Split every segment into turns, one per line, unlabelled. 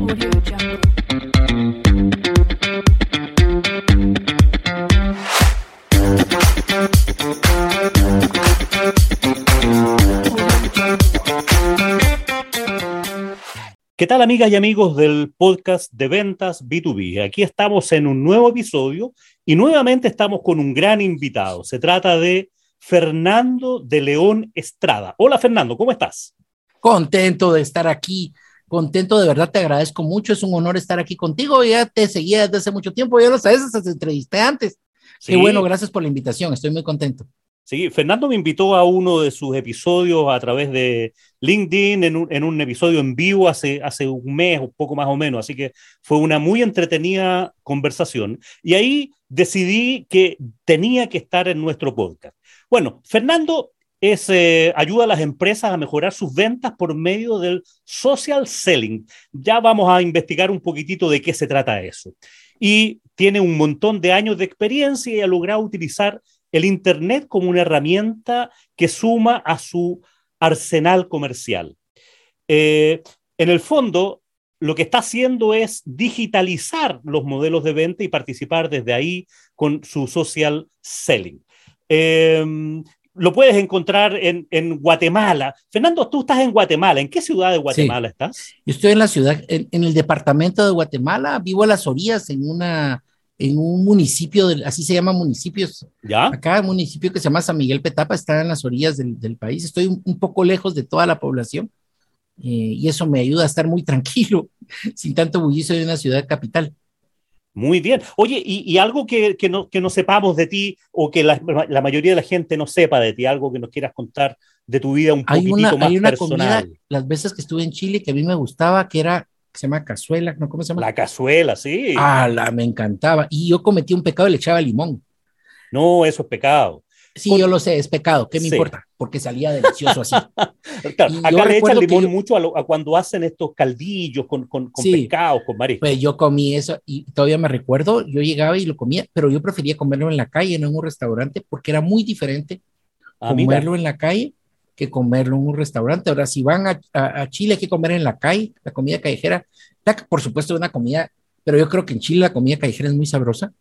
¿Qué tal, amigas y amigos del podcast de ventas B2B? Aquí estamos en un nuevo episodio y nuevamente estamos con un gran invitado. Se trata de Fernando de León Estrada. Hola, Fernando, ¿cómo estás?
Contento de estar aquí, contento, de verdad te agradezco mucho, es un honor estar aquí contigo, ya te seguía desde hace mucho tiempo, ya lo sabes, hasta te entrevisté antes.
Sí.
Qué bueno, gracias por la invitación, estoy muy contento.
Sí, Fernando me invitó a uno de sus episodios a través de LinkedIn en un episodio en vivo hace un mes, un poco más o menos, así que fue una muy entretenida conversación y ahí decidí que tenía que estar en nuestro podcast. Bueno, Fernando ayuda a las empresas a mejorar sus ventas por medio del social selling. Ya vamos a investigar un poquitito de qué se trata eso. Y tiene un montón de años de experiencia y ha logrado utilizar el Internet como una herramienta que suma a su arsenal comercial. En el fondo, lo que está haciendo es digitalizar los modelos de venta y participar desde ahí con su social selling. Lo puedes encontrar en Guatemala. Fernando, tú estás en Guatemala. ¿En qué ciudad de Guatemala estás?
Yo estoy en la ciudad, en el departamento de Guatemala, vivo a las orillas en un municipio, así se llama municipios.
¿Ya?
Acá un municipio que se llama San Miguel Petapa, está en las orillas del país. Estoy un poco lejos de toda la población y eso me ayuda a estar muy tranquilo, sin tanto bullicio de una ciudad capital.
Muy bien. Oye, y algo que no sepamos de ti o que la mayoría de la gente no sepa de ti, algo que nos quieras contar de tu vida un poquitito más
hay una
personal.
Comida, las veces que estuve en Chile, que a mí me gustaba, que se llama cazuela, ¿no? ¿Cómo se llama?
La cazuela, sí.
Me encantaba. Y yo cometí un pecado y le echaba limón.
No, eso es pecado.
Sí, yo lo sé, es pecado. ¿Qué me importa? Porque salía delicioso así.
Claro,
Y
acá le echan limón mucho a cuando hacen estos caldillos con pescados, con mariscos.
Pues yo comí eso y todavía me recuerdo, yo llegaba y lo comía, pero yo prefería comerlo en la calle, no en un restaurante, porque era muy diferente comerlo en la calle que comerlo en un restaurante. Ahora, si van a Chile, hay que comer en la calle, la comida callejera, por supuesto, una comida, pero yo creo que en Chile la comida callejera es muy sabrosa.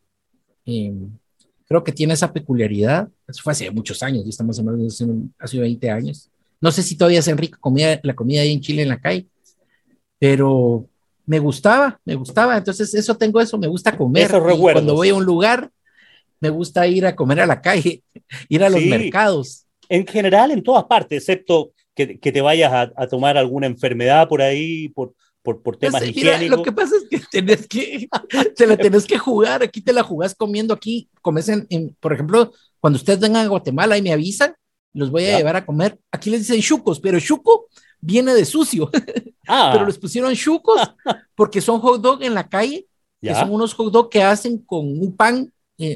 Creo que tiene esa peculiaridad. Eso fue hace muchos años, ya estamos hablando de hace 20 años. No sé si todavía hacen rica la comida ahí en Chile en la calle, pero me gustaba. Entonces, me gusta comer.
Esos recuerdos.
Cuando voy a un lugar, me gusta ir a comer a la calle, ir a los mercados.
En general, en todas partes, excepto que te vayas a tomar alguna enfermedad por ahí, por temas higiénicos.
Mira, lo que pasa es que te la tenés que jugar. Aquí te la jugás comiendo, aquí comes por ejemplo, cuando ustedes vengan a Guatemala y me avisan, los voy a llevar a comer. Aquí les dicen chucos, pero chuco viene de sucio. Pero les pusieron chucos porque son hot dog en la calle, que son unos hot dog que hacen con un pan,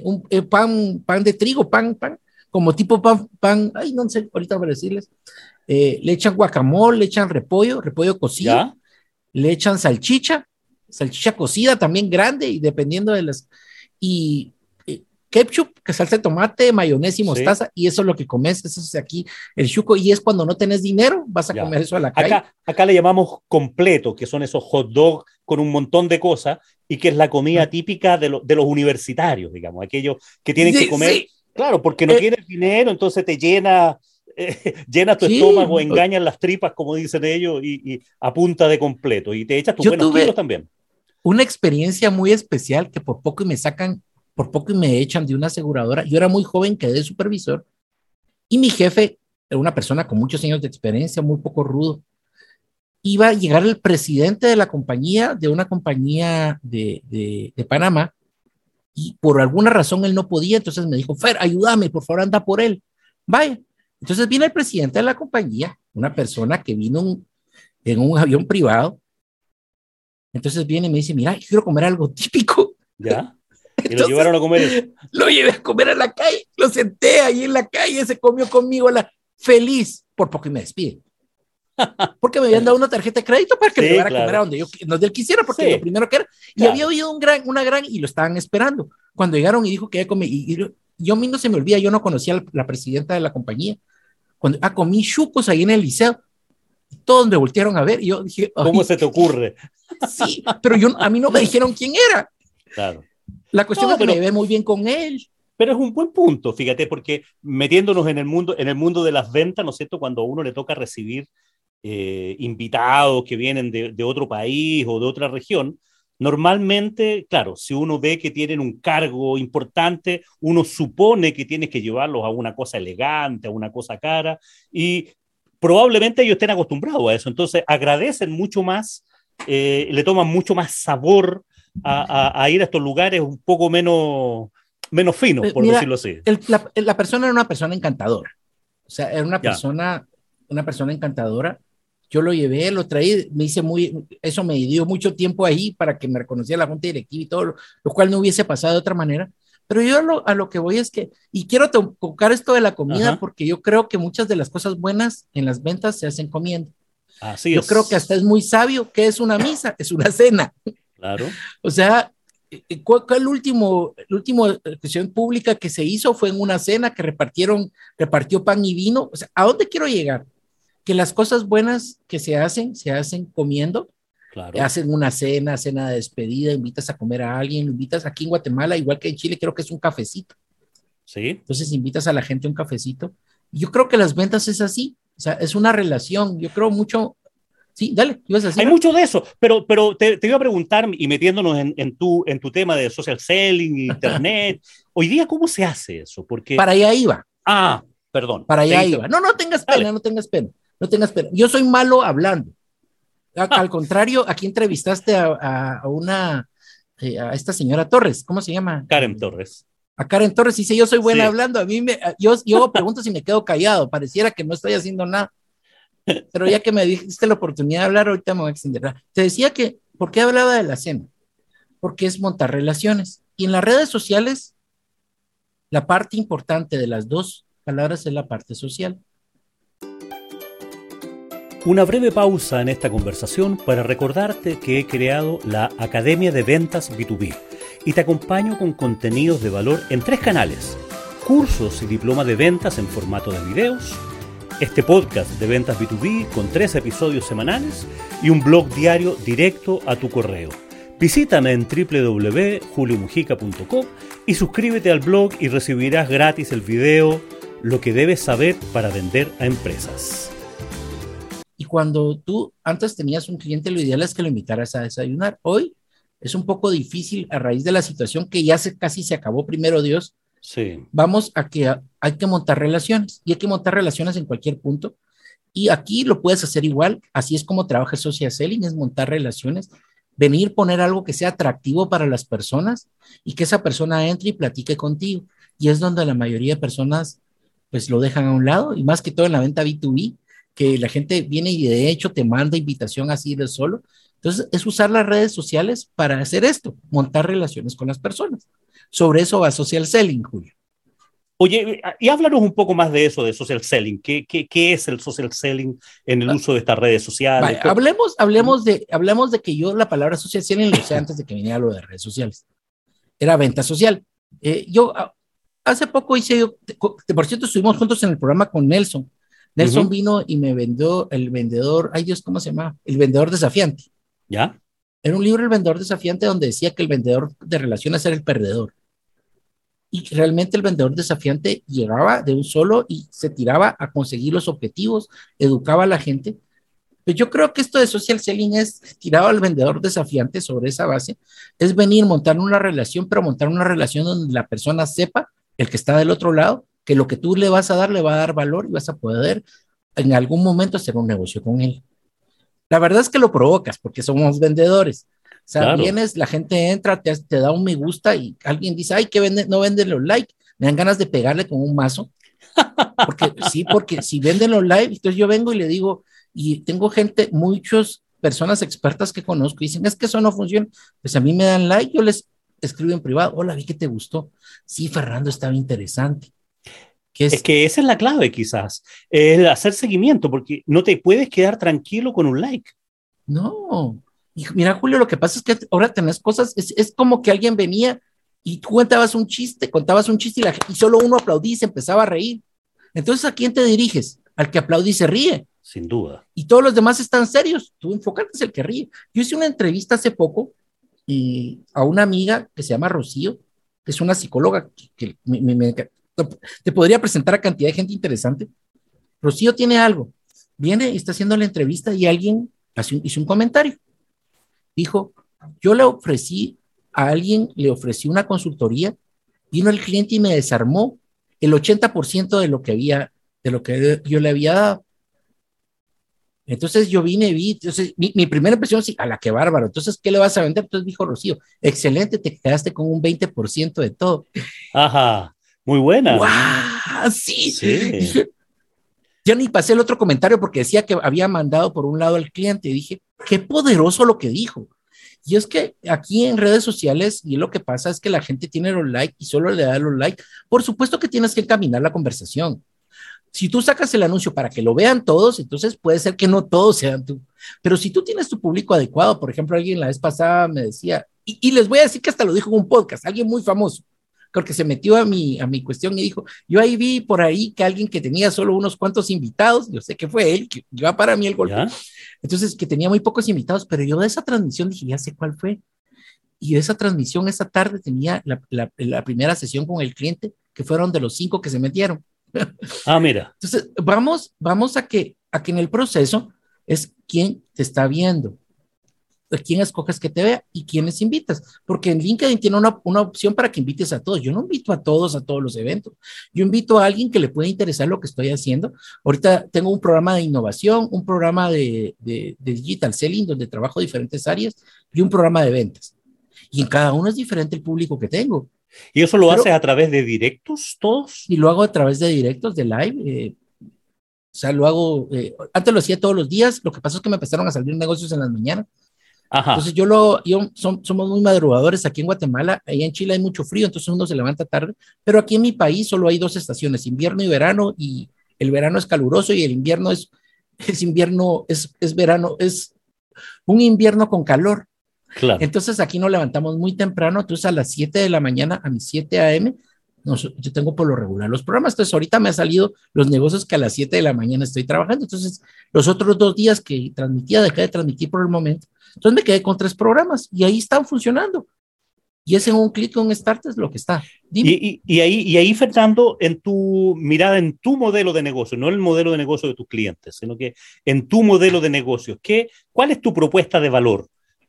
pan de trigo, pan, como tipo pan, ay, no sé, ahorita voy a decirles. Le echan guacamole, le echan repollo cocido. ¿Ya? Le echan salchicha cocida también grande y dependiendo de y ketchup, que salsa de tomate, mayonesa y mostaza, y eso es lo que comes, eso es aquí el chuco, y es cuando no tenés dinero, vas a comer eso a la calle.
Acá le llamamos completo, que son esos hot dogs con un montón de cosas, y que es la comida típica de los universitarios, digamos, aquellos que tienen que comer, claro, porque no tienes dinero, entonces te llena tu estómago, engañan las tripas, como dicen ellos, y a punta de completo, y te echas tus buenos kilos también.
Una experiencia muy especial que por poco y me echan de una aseguradora. Yo era muy joven, quedé de supervisor, y mi jefe era una persona con muchos años de experiencia, muy poco rudo. Iba a llegar el presidente de la compañía, de una compañía de Panamá, y por alguna razón él no podía, entonces me dijo, Fer, ayúdame, por favor, anda por él. Vaya. Entonces viene el presidente de la compañía, una persona que vino en un avión privado. Entonces viene y me dice, mira, yo quiero comer algo típico.
¿Ya? Y lo llevaron a comer eso.
Lo llevé a comer a la calle, lo senté ahí en la calle, se comió conmigo, feliz, por poco y me despide. Porque me habían dado una tarjeta de crédito para que me llevara a comer a donde él quisiera, porque lo primero que era. Y había oído una gran, y lo estaban esperando. Cuando llegaron y dijo que ya comí, y yo a mí no se me olvida, yo no conocía a la presidenta de la compañía. Cuando comí chucos ahí en el liceo, todos me voltearon a ver y yo dije,
¿cómo se te ocurre?
Sí, pero a mí no me dijeron quién era.
Claro.
La cuestión
No,
es que me llevé muy bien con él.
pero es un buen punto, fíjate, porque metiéndonos en el mundo de las ventas, ¿no es cierto? Cuando a uno le toca recibir invitados que vienen de otro país o de otra región, normalmente, claro, si uno ve que tienen un cargo importante, uno supone que tienes que llevarlos a una cosa elegante, a una cosa cara, y probablemente ellos estén acostumbrados a eso, entonces agradecen mucho más, le toman mucho más sabor a ir a estos lugares un poco menos finos, por
Mira,
decirlo así.
la persona era una persona encantadora. O sea, era
Ya,
una persona encantadora. Yo lo llevé, lo traí, eso me dio mucho tiempo ahí para que me reconociera la junta directiva y todo, lo cual no hubiese pasado de otra manera. Pero yo a lo que voy es que, y quiero tocar esto de la comida,
ajá,
porque yo creo que muchas de las cosas buenas en las ventas se hacen comiendo.
así
Yo creo que hasta
es,
es muy sabio que es una misa, es una cena.
claro.
O sea, ¿cuál el último cuestión pública que se hizo fue en una cena que repartió pan y vino? O sea, ¿a dónde quiero llegar? Que las cosas buenas que se hacen comiendo,
Claro,
hacen una cena de despedida, invitas a comer a alguien, invitas aquí en Guatemala, igual que en Chile, creo que es un cafecito.
sí.
Entonces invitas a la gente a un cafecito. Yo creo que las ventas es así, o sea, es una relación. Yo creo mucho. Sí, dale, ibas a
Hay
decir algo.
mucho de eso, pero te iba a preguntar, y metiéndonos en tu tema de social selling, internet, hoy día, ¿cómo se hace eso? Porque,
Para allá iba,
ah, perdón,
para allá
seguiste,
iba. No, no tengas pena,
dale.
no tengas pena, no tengas pena. Yo soy malo hablando. Al contrario, aquí entrevistaste a esta señora Torres, ¿cómo se llama?
Karen Torres.
A Karen Torres, dice, yo soy buena
Sí,
hablando, yo pregunto si me quedo callado, pareciera que no estoy haciendo nada, pero ya que me diste la oportunidad de hablar, ahorita me voy a extender. Te decía que, ¿por qué hablaba de la cena? Porque es montar relaciones. Y en las redes sociales, la parte importante de las dos palabras es la parte social.
una breve pausa en esta conversación para recordarte que he creado la Academia de Ventas B2B y te acompaño con contenidos de valor en 3 canales: cursos y diploma de ventas en formato de videos, este podcast de ventas B2B con 3 episodios semanales y un blog diario directo a tu correo. Visítame en www.juliomujica.com y suscríbete al blog y recibirás gratis el video Lo que debes saber para vender a empresas.
Y cuando tú antes tenías un cliente, lo ideal es que lo invitaras a desayunar. Hoy es un poco difícil a raíz de la situación que ya casi se acabó, primero Dios.
Sí,
Vamos a que hay que montar relaciones y hay que montar relaciones en cualquier punto. Y aquí lo puedes hacer igual. Así es como trabaja el social selling, es montar relaciones, venir, poner algo que sea atractivo para las personas y que esa persona entre y platique contigo. Y es donde la mayoría de personas pues lo dejan a un lado y más que todo en la venta B2B, que la gente viene y de hecho te manda invitación así de solo. Entonces es usar las redes sociales para hacer esto, montar relaciones con las personas. Sobre eso va social selling, Julio.
oye, y háblanos un poco más de eso, de social selling. ¿Qué es el social selling en el uso de estas redes sociales?
Vale, hablemos de que yo la palabra social selling lo usé antes de que viniera lo de redes sociales. Era venta social. Yo hace poco por cierto, estuvimos juntos en el programa con Nelson. Nelson
Uh-huh.
vino y me vendió el vendedor, ay Dios, ¿cómo se llama? El vendedor desafiante.
¿Ya?
Era un libro, El vendedor desafiante, donde decía que el vendedor de relaciones era el perdedor. Y realmente el vendedor desafiante llegaba de un solo y se tiraba a conseguir los objetivos, educaba a la gente. Pues yo creo que esto de social selling es tirado al vendedor desafiante sobre esa base, es venir, montar una relación, pero montar una relación donde la persona sepa, el que está del otro lado, que lo que tú le vas a dar le va a dar valor y vas a poder en algún momento hacer un negocio con él. La verdad es que lo provocas porque somos vendedores. O sea,
Claro.
vienes, la gente entra, te da un me gusta y alguien dice, ay, que vende, no venden los likes. Me dan ganas de pegarle con un mazo. Porque sí, porque si venden los likes, entonces yo vengo y le digo, y tengo gente, muchas personas expertas que conozco y dicen, es que eso no funciona. Pues a mí me dan like, yo les escribo en privado, hola, vi que te gustó. Sí, Fernando, estaba interesante. Que
Es
es,
que esa es la clave, quizás, el hacer seguimiento, porque no te puedes quedar tranquilo con un like.
no. Y mira, Julio, lo que pasa es que ahora tenés cosas, es como que alguien venía y tú contabas un chiste y solo uno aplaudía y se empezaba a reír. Entonces, ¿a quién te diriges? Al que aplaudí y se ríe.
sin duda.
Y todos los demás están serios. Tú enfócate en el que ríe. Yo hice una entrevista hace poco a una amiga que se llama Rocío, que es una psicóloga que te podría presentar a cantidad de gente interesante. Rocío tiene algo. Viene y está haciendo la entrevista y alguien hizo un comentario. Dijo, yo le ofrecí una consultoría, vino el cliente y me desarmó el 80% de lo que yo le había dado. Entonces yo vine y vi, entonces mi primera impresión es, a la que bárbaro, entonces, ¿qué le vas a vender? Entonces dijo Rocío, excelente, te quedaste con un 20% de todo.
Ajá, muy buena.
¡Guau! Sí.
Sí.
Ya ni pasé el otro comentario porque decía que había mandado por un lado al cliente y dije, qué poderoso lo que dijo. Y es que aquí en redes sociales, y lo que pasa es que la gente tiene los likes y solo le da los likes. Por supuesto que tienes que encaminar la conversación. Si tú sacas el anuncio para que lo vean todos, entonces puede ser que no todos sean tú. Pero si tú tienes tu público adecuado, por ejemplo, alguien la vez pasada me decía, y les voy a decir que hasta lo dijo en un podcast, alguien muy famoso, porque se metió a mi cuestión y dijo, yo ahí vi por ahí que alguien que tenía solo unos cuantos invitados, yo sé que fue él, que iba para mí el golpe, ¿ya? Entonces que tenía muy pocos invitados, pero yo de esa transmisión dije, ya sé cuál fue. Y de esa transmisión esa tarde tenía la primera sesión con el cliente, que fueron de los 5 que se metieron.
Ah, mira.
Entonces, vamos a que en el proceso es quién te está viendo, quién escoges que te vea y quiénes invitas, porque en LinkedIn tiene una opción para que invites a todos. Yo no invito a todos los eventos. Yo invito a alguien que le pueda interesar lo que estoy haciendo. Ahorita tengo un programa de innovación, un programa de digital selling, donde trabajo diferentes áreas, y un programa de ventas. Y en cada uno es diferente el público que tengo.
¿Y eso lo haces a través de directos todos?
Y lo hago a través de directos, de live. O sea, lo hago, antes lo hacía todos los días, lo que pasó es que me empezaron a salir negocios en las mañanas. Ajá. Entonces somos muy madrugadores aquí en Guatemala, allá en Chile hay mucho frío, entonces uno se levanta tarde, pero aquí en mi país solo hay 2 estaciones, invierno y verano, y el verano es caluroso y el invierno es verano, es un invierno con calor. Claro. Entonces aquí nos levantamos muy temprano, entonces a las 7 de la mañana, a mis 7 a.m., yo tengo por lo regular los programas. Entonces ahorita me han salido los negocios que a las 7 de la mañana estoy trabajando. Entonces los otros 2 días que transmitía, dejé de transmitir por el momento. Entonces me quedé con 3 programas y ahí están funcionando. Y es en un clic, un start es lo que está.
Y ahí, Fernando, en tu mirada, en tu modelo de negocio, no el modelo de negocio de tus clientes, sino que en tu modelo de negocio, ¿cuál es tu propuesta de valor?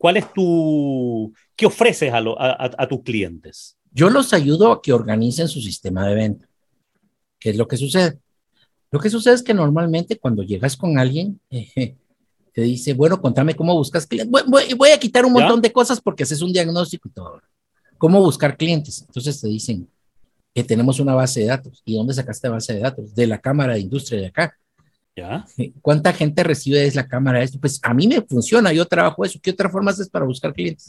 ¿Qué ofreces a tus clientes?
Yo los ayudo a que organicen su sistema de venta. ¿Qué es lo que sucede? Lo que sucede es que normalmente cuando llegas con alguien, te dice, bueno, contame cómo buscas clientes. Voy a quitar un montón de cosas porque haces un diagnóstico y todo. ¿Cómo buscar clientes? Entonces te dicen, tenemos una base de datos. ¿Y dónde sacaste base de datos? De la Cámara de Industria de acá.
¿Ya?
¿Cuánta gente recibe de la Cámara esto? Pues a mí me funciona, yo trabajo eso. ¿Qué otra forma haces para buscar clientes?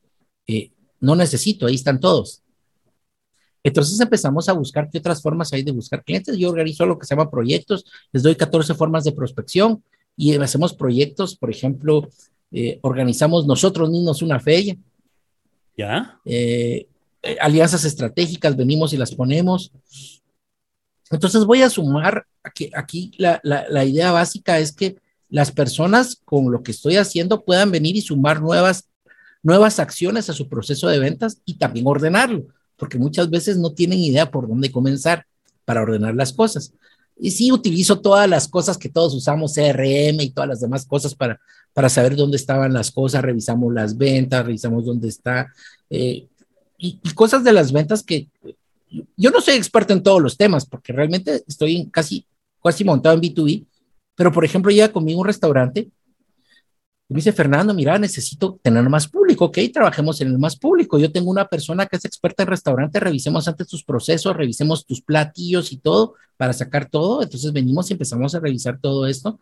No necesito, ahí están todos. Entonces empezamos a buscar qué otras formas hay de buscar clientes. Yo organizo lo que se llama proyectos, les doy 14 formas de prospección y hacemos proyectos, por ejemplo, organizamos nosotros mismos una feria.
¿Ya?
Alianzas estratégicas, venimos y las ponemos. Entonces voy a sumar, aquí la idea básica es que las personas con lo que estoy haciendo puedan venir y sumar nuevas acciones a su proceso de ventas y también ordenarlo, porque muchas veces no tienen idea por dónde comenzar para ordenar las cosas. Y sí utilizo todas las cosas que todos usamos, CRM y todas las demás cosas para saber dónde estaban las cosas, revisamos las ventas, revisamos dónde está, y cosas de las ventas que yo no soy experto en todos los temas, porque realmente estoy casi montado en B2B, pero por ejemplo llega conmigo un restaurante y me dice, Fernando, mira, necesito tener más público, ok, trabajemos en el más público. Yo tengo una persona que es experta en restaurante, revisemos antes tus procesos, revisemos tus platillos y todo, para sacar todo. Entonces venimos y empezamos a revisar todo esto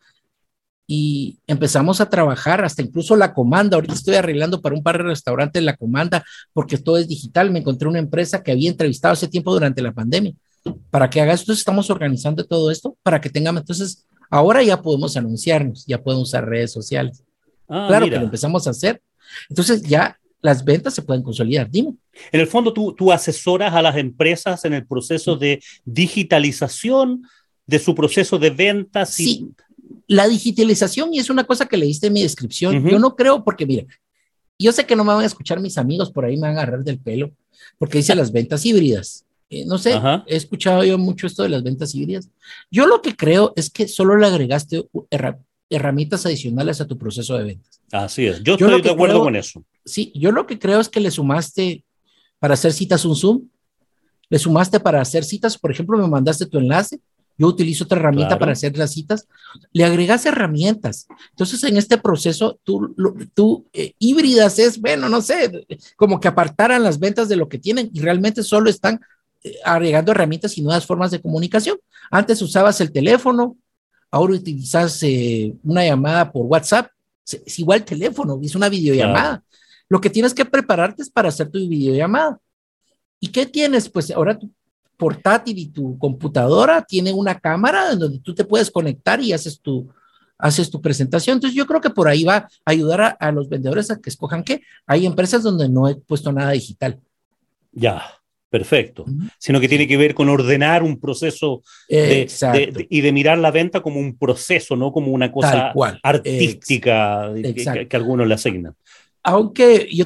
y empezamos a trabajar hasta incluso la comanda. Ahorita estoy arreglando para un par de restaurantes la comanda, porque todo es digital. Me encontré una empresa que había entrevistado hace tiempo durante la pandemia, para que haga esto. Entonces estamos organizando todo esto, para que tengamos, entonces, ahora ya podemos anunciarnos, ya podemos usar redes sociales. Claro, mira, que lo empezamos a hacer. Entonces ya las ventas se pueden consolidar. Dime.
En el fondo, tú asesoras a las empresas en el proceso de digitalización de su proceso de ventas.
Sí, La digitalización, y es una cosa que leíste en mi descripción, yo no creo, porque mira, yo sé que no me van a escuchar mis amigos, por ahí me van a agarrar del pelo, porque dice las ventas híbridas. No sé, he escuchado yo mucho esto de las ventas híbridas. Yo lo que creo es que solo le agregaste herramientas adicionales a tu proceso de ventas.
Así es, yo estoy de acuerdo con eso.
Sí, yo lo que creo es que le sumaste para hacer citas un Zoom, le sumaste para hacer citas, por ejemplo, me mandaste tu enlace, yo utilizo otra herramienta para hacer las citas, le agregas herramientas. Entonces, en este proceso, tú híbridas es, bueno, no sé, como que apartaran las ventas de lo que tienen y realmente solo están agregando herramientas y nuevas formas de comunicación. Antes usabas el teléfono, ahora utilizas una llamada por WhatsApp, es igual el teléfono, es una videollamada. Claro. Lo que tienes que prepararte es para hacer tu videollamada. ¿Y qué tienes? Pues ahora tu portátil y tu computadora tienen una cámara en donde tú te puedes conectar y haces tu presentación. Entonces yo creo que por ahí va a ayudar a los vendedores a que escojan qué. Hay empresas donde no he puesto nada digital.
Ya, perfecto. Sino que tiene que ver con ordenar un proceso y de mirar la venta como un proceso, no como una cosa artística que a algunos le asignan.
Aunque yo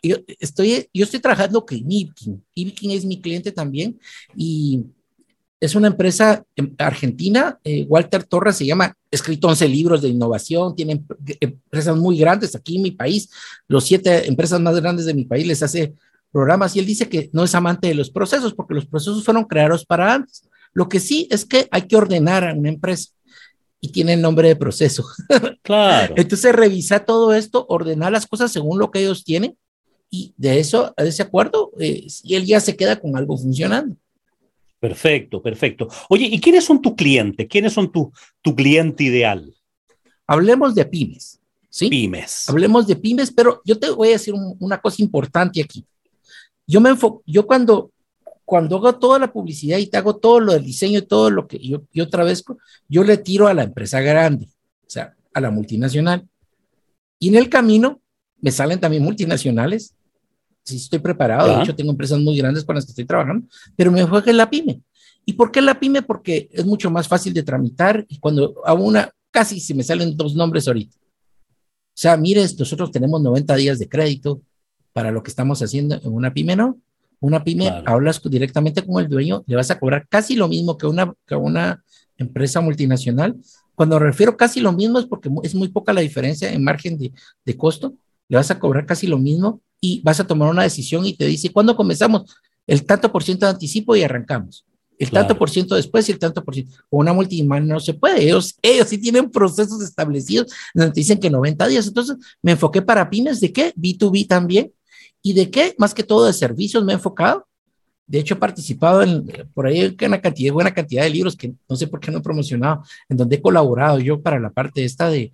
estoy trabajando con Ibkin. Ibkin es mi cliente también y es una empresa argentina. Walter Torres se llama, ha escrito 11 libros de innovación, tiene empresas muy grandes aquí en mi país, los 7 empresas más grandes de mi país les hace programas y él dice que no es amante de los procesos porque los procesos fueron creados para antes. Lo que sí es que hay que ordenar a una empresa y tiene el nombre de proceso.
Claro.
Entonces revisa todo esto, ordenar las cosas según lo que ellos tienen y de ese acuerdo, y él ya se queda con algo funcionando.
Perfecto, perfecto. Oye, ¿y quiénes son tus clientes? ¿Quiénes son tu cliente ideal?
Hablemos de pymes, ¿sí?
Pymes.
Hablemos de pymes, pero yo te voy a decir una cosa importante aquí. Yo cuando hago toda la publicidad y te hago todo lo del diseño y todo lo que yo travesco, yo le tiro a la empresa grande, o sea, a la multinacional. Y en el camino me salen también multinacionales. Sí, estoy preparado. De hecho, tengo empresas muy grandes con las que estoy trabajando, pero me enfoco en la pyme. ¿Y por qué la pyme? Porque es mucho más fácil de tramitar y cuando hago casi se me salen 2 nombres ahorita. O sea, mire, nosotros tenemos 90 días de crédito para lo que estamos haciendo en una pyme, ¿no? Una pyme, claro. Hablas directamente con el dueño, le vas a cobrar casi lo mismo que una empresa multinacional. Cuando refiero casi lo mismo es porque es muy poca la diferencia en margen de costo. Le vas a cobrar casi lo mismo y vas a tomar una decisión y te dice, ¿cuándo comenzamos? El tanto por ciento de anticipo y arrancamos. El tanto por ciento después y el tanto por ciento. Con una multinacional no se puede. Ellos sí tienen procesos establecidos donde te dicen que 90 días. Entonces me enfoqué para pymes. ¿De qué? B2B también. ¿Y de qué? Más que todo de servicios me he enfocado. De hecho, he participado por ahí en buena cantidad de libros que no sé por qué no he promocionado, en donde he colaborado yo para la parte esta de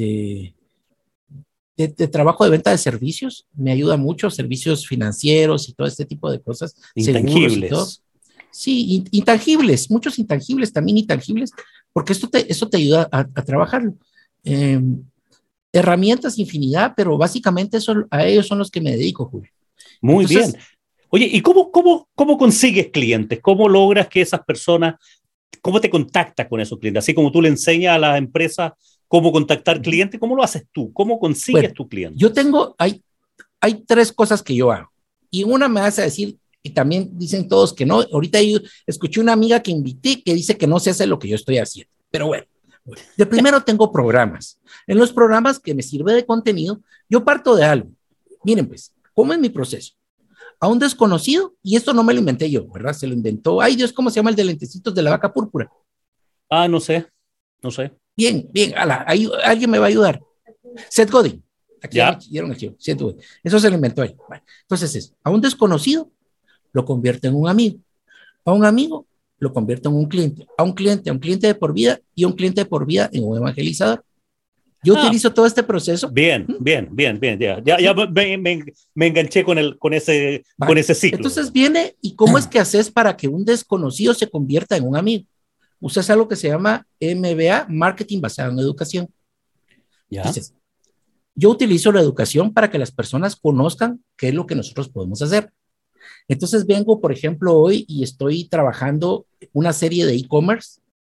trabajo de venta de servicios. Me ayuda mucho, servicios financieros y todo este tipo de cosas.
Intangibles.
Seguros y todo. Sí, intangibles, muchos intangibles, también intangibles, porque esto te ayuda a trabajarlo. Herramientas infinidad, pero básicamente a ellos son los que me dedico, Julio.
Muy bien. Oye, ¿y cómo consigues clientes? ¿Cómo logras que esas personas, cómo te contactas con esos clientes? Así como tú le enseñas a las empresas cómo contactar clientes, ¿cómo lo haces tú? ¿Cómo consigues tu cliente?
Yo hay 3 cosas que yo hago. Y una me hace decir, y también dicen todos que no. Ahorita yo escuché una amiga que invité que dice que no se hace lo que yo estoy haciendo. Pero bueno, de primero tengo programas. En los programas que me sirve de contenido, yo parto de algo. Miren pues, ¿cómo es mi proceso? A un desconocido, y esto no me lo inventé yo, ¿verdad? Se lo inventó. Ay Dios, ¿cómo se llama el de lentecitos de la vaca púrpura?
Ah, no sé.
Bien, ahí alguien me va a ayudar. Seth Godin. Aquí ya me dieron el chivo. Seth Godin. Eso se lo inventó él. Bueno, entonces a un desconocido lo convierte en un amigo. A un amigo lo convierte en un cliente. A un cliente de por vida y a un cliente de por vida en un evangelizador. Yo utilizo todo este proceso.
Bien. Ya me enganché con ese ciclo.
Entonces viene, ¿y cómo es que haces para que un desconocido se convierta en un amigo? Usas algo que se llama MBA, Marketing Basado en Educación. Entonces, yo utilizo la educación para que las personas conozcan qué es lo que nosotros podemos hacer. Entonces vengo, por ejemplo, hoy y estoy trabajando una serie de e-commerce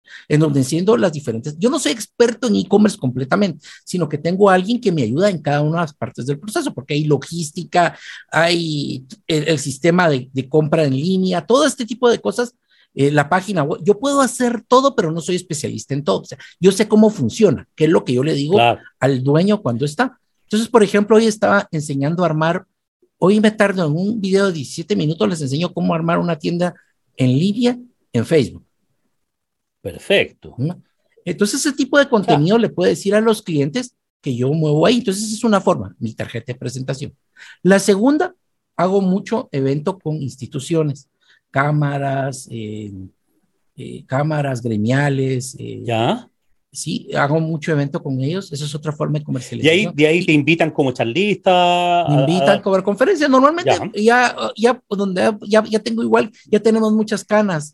en donde enciendo las diferentes. Yo no soy experto en e-commerce completamente, sino que tengo a alguien que me ayuda en cada una de las partes del proceso, porque hay logística, hay el sistema de compra en línea, todo este tipo de cosas. La página web, yo puedo hacer todo, pero no soy especialista en todo. O sea, yo sé cómo funciona, que es lo que yo le digo al dueño cuando está. Entonces, por ejemplo, hoy estaba enseñando a armar, hoy me tardo en un video de 17 minutos, les enseño cómo armar una tienda en línea en Facebook.
Perfecto.
¿No? Entonces, ese tipo de contenido le puede decir a los clientes que yo muevo ahí. Entonces, esa es una forma, mi tarjeta de presentación. La segunda, hago mucho evento con instituciones, cámaras, cámaras gremiales.
¿Ya?
Sí, hago mucho evento con ellos. Esa es otra forma de
Y
comercialización.
de ahí te invitan como charlista.
Me invitan a cobrar conferencias. Normalmente ya tengo igual, ya tenemos muchas canas.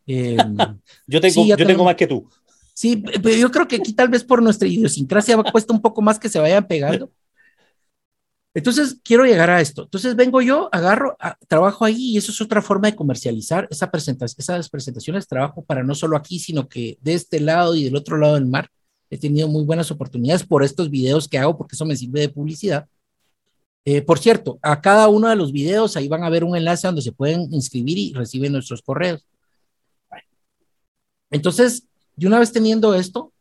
Yo tengo más que tú.
Sí, pero yo creo que aquí tal vez por nuestra idiosincrasia cuesta un poco más que se vayan pegando. Entonces, quiero llegar a esto. Entonces, vengo yo, trabajo ahí y eso es otra forma de comercializar esas presentaciones. Trabajo para no solo aquí, sino que de este lado y del otro lado del mar. He tenido muy buenas oportunidades por estos videos que hago, porque eso me sirve de publicidad. Por cierto, a cada uno de los videos ahí van a ver un enlace donde se pueden inscribir y reciben nuestros correos. Entonces, de una vez teniendo esto,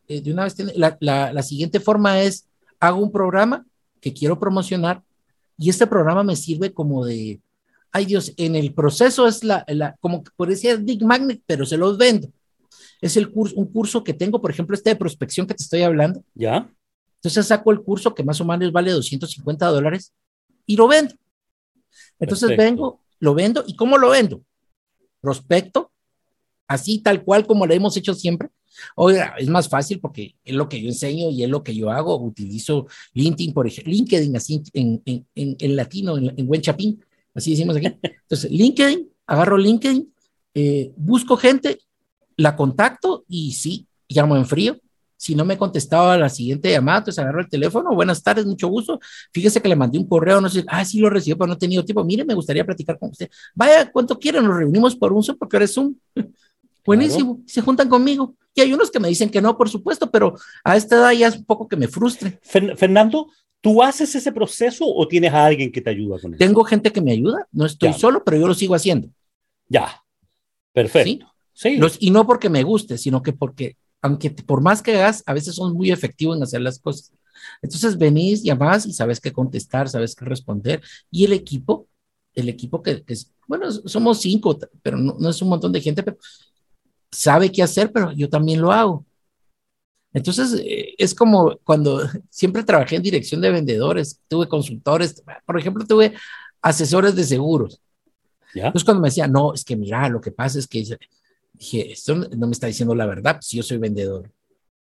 la siguiente forma es, hago un programa que quiero promocionar y este programa me sirve como de, ay Dios, en el proceso es como por decir Big Magnet, pero se los vendo. Es un curso que tengo, por ejemplo, de prospección que te estoy hablando.
¿Ya?
Entonces saco el curso que más o menos vale $250 y lo vendo. Entonces vengo, lo vendo. ¿Y cómo lo vendo? Prospecto, así tal cual como lo hemos hecho siempre. Oiga, es más fácil porque es lo que yo enseño y es lo que yo hago. Utilizo LinkedIn, por ejemplo, LinkedIn así en latino, en buen chapín, así decimos aquí. Entonces, LinkedIn, agarro LinkedIn, busco gente, la contacto y sí, llamo en frío. Si no me contestaba a la siguiente llamada, entonces agarro el teléfono, buenas tardes, mucho gusto. Fíjese que le mandé un correo, no sé, sí lo recibió, pero no he tenido tiempo. Mire, me gustaría platicar con usted. Vaya, ¿cuánto quieren? Nos reunimos por un Zoom, porque ahora es Zoom. Buenísimo, claro. Se juntan conmigo. Y hay unos que me dicen que no, por supuesto, pero a esta edad ya es un poco que me frustre.
Fernando, ¿tú haces ese proceso o tienes a alguien que te ayuda con eso?
Tengo gente que me ayuda, no estoy solo, pero yo lo sigo haciendo.
Ya, perfecto.
Sí. Y no porque me guste, sino que porque, aunque por más que hagas, a veces son muy efectivos en hacer las cosas. Entonces venís, llamás y sabes qué contestar, sabes qué responder. Y el equipo que es, bueno, somos 5, pero no es un montón de gente, pero sabe qué hacer, pero yo también lo hago. Entonces, es como cuando siempre trabajé en dirección de vendedores, tuve consultores, por ejemplo, tuve asesores de seguros. ¿Ya? Entonces, cuando me decían, no, es que mira, lo que pasa es que dije, esto no me está diciendo la verdad, si yo soy vendedor.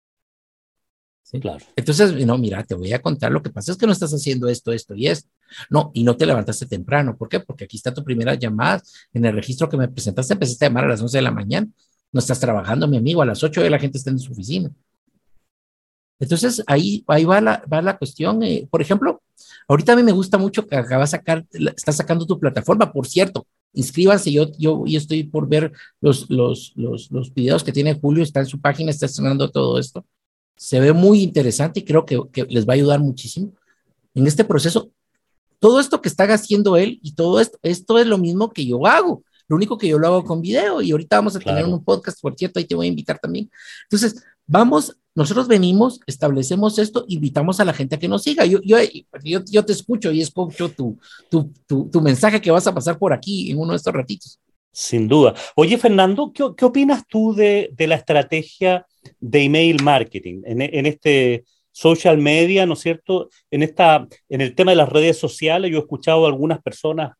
¿Sí?
Claro.
Entonces, no, mira, te voy a contar, lo que pasa es que no estás haciendo esto y esto. No, y no te levantaste temprano. ¿Por qué? Porque aquí está tu primera llamada. En el registro que me presentaste, empezaste a llamar a las 11 de la mañana. No estás trabajando, mi amigo, a las 8 de la gente está en su oficina. Entonces, ahí va la cuestión. Por ejemplo, ahorita a mí me gusta mucho que está sacando tu plataforma, por cierto. Inscríbanse, yo estoy por ver los videos que tiene Julio, está en su página, está estrenando todo esto. Se ve muy interesante y creo que les va a ayudar muchísimo en este proceso. Todo esto que está haciendo él y todo esto es lo mismo que yo hago. Lo único que yo lo hago con video y ahorita vamos a tener un podcast, por cierto, ahí te voy a invitar también. Entonces, nosotros venimos, establecemos esto, invitamos a la gente a que nos siga. Yo te escucho y escucho tu mensaje que vas a pasar por aquí en uno de estos ratitos.
Sin duda. Oye, Fernando, ¿qué opinas tú de la estrategia de email marketing en este social media, ¿no es cierto? En el tema de las redes sociales, yo he escuchado a algunas personas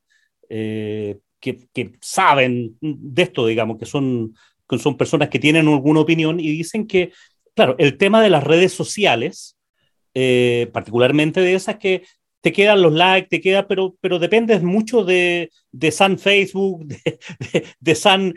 que saben de esto, digamos, que son personas que tienen alguna opinión y dicen que, claro, el tema de las redes sociales, particularmente de esas que te quedan los likes, pero dependes mucho de San Facebook, de San,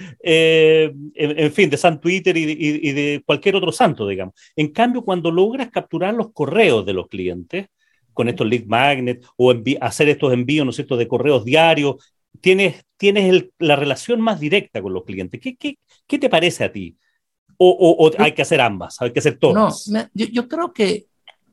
en fin, de San Twitter y de cualquier otro santo, digamos. En cambio, cuando logras capturar los correos de los clientes, con estos lead magnets, o hacer estos envíos, ¿no es cierto?, de correos diarios, tienes la relación más directa con los clientes. ¿Qué te parece a ti? o hay que hacer ambas, hay que hacer
No,
todas.
yo creo que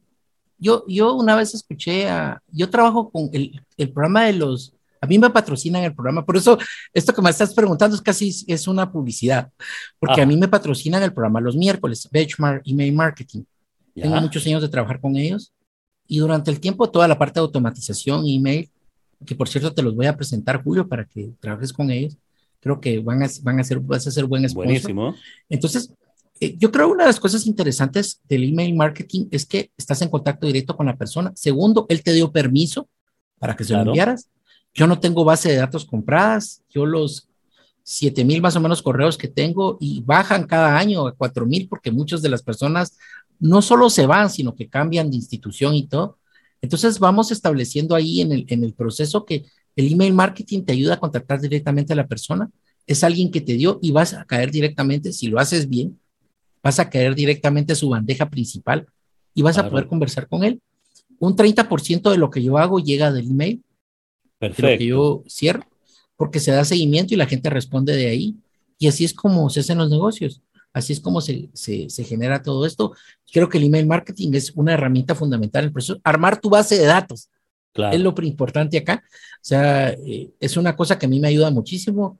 yo una vez escuché yo trabajo con el programa a mí me patrocinan el programa, por eso esto que me estás preguntando es casi es una publicidad, porque a mí
Ajá,
me patrocinan el programa los miércoles, Benchmark Email Marketing. Tengo
ya,
muchos años de trabajar con ellos y durante el tiempo toda la parte de automatización, email, que por cierto te los voy a presentar, Julio, para que trabajes con ellos. Creo que vas a ser buen sponsor.
buenísimo,
Entonces, yo creo que una de las cosas interesantes del email marketing es que estás en contacto directo con la persona. Segundo, él te dio permiso para que se lo
claro,
enviaras. Yo no tengo base de datos compradas. Yo los 7,000 más o menos correos que tengo y bajan cada año a 4,000 porque muchas de las personas no solo se van, sino que cambian de institución y todo. Entonces vamos estableciendo ahí en el proceso que el email marketing te ayuda a contactar directamente a la persona. Es alguien que te dio y vas a caer directamente, si lo haces bien, vas a caer directamente a su bandeja principal y vas a poder
claro,
conversar con él. Un 30% de lo que yo hago llega del email, de lo que
perfecto.
yo cierro, porque se da seguimiento y la gente responde de ahí. Y así es como se hacen los negocios. Así es como se genera todo esto. Creo que el email marketing es una herramienta fundamental en el proceso. Armar tu base de datos es lo
Claro.
importante acá. O sea, es una cosa que a mí me ayuda muchísimo.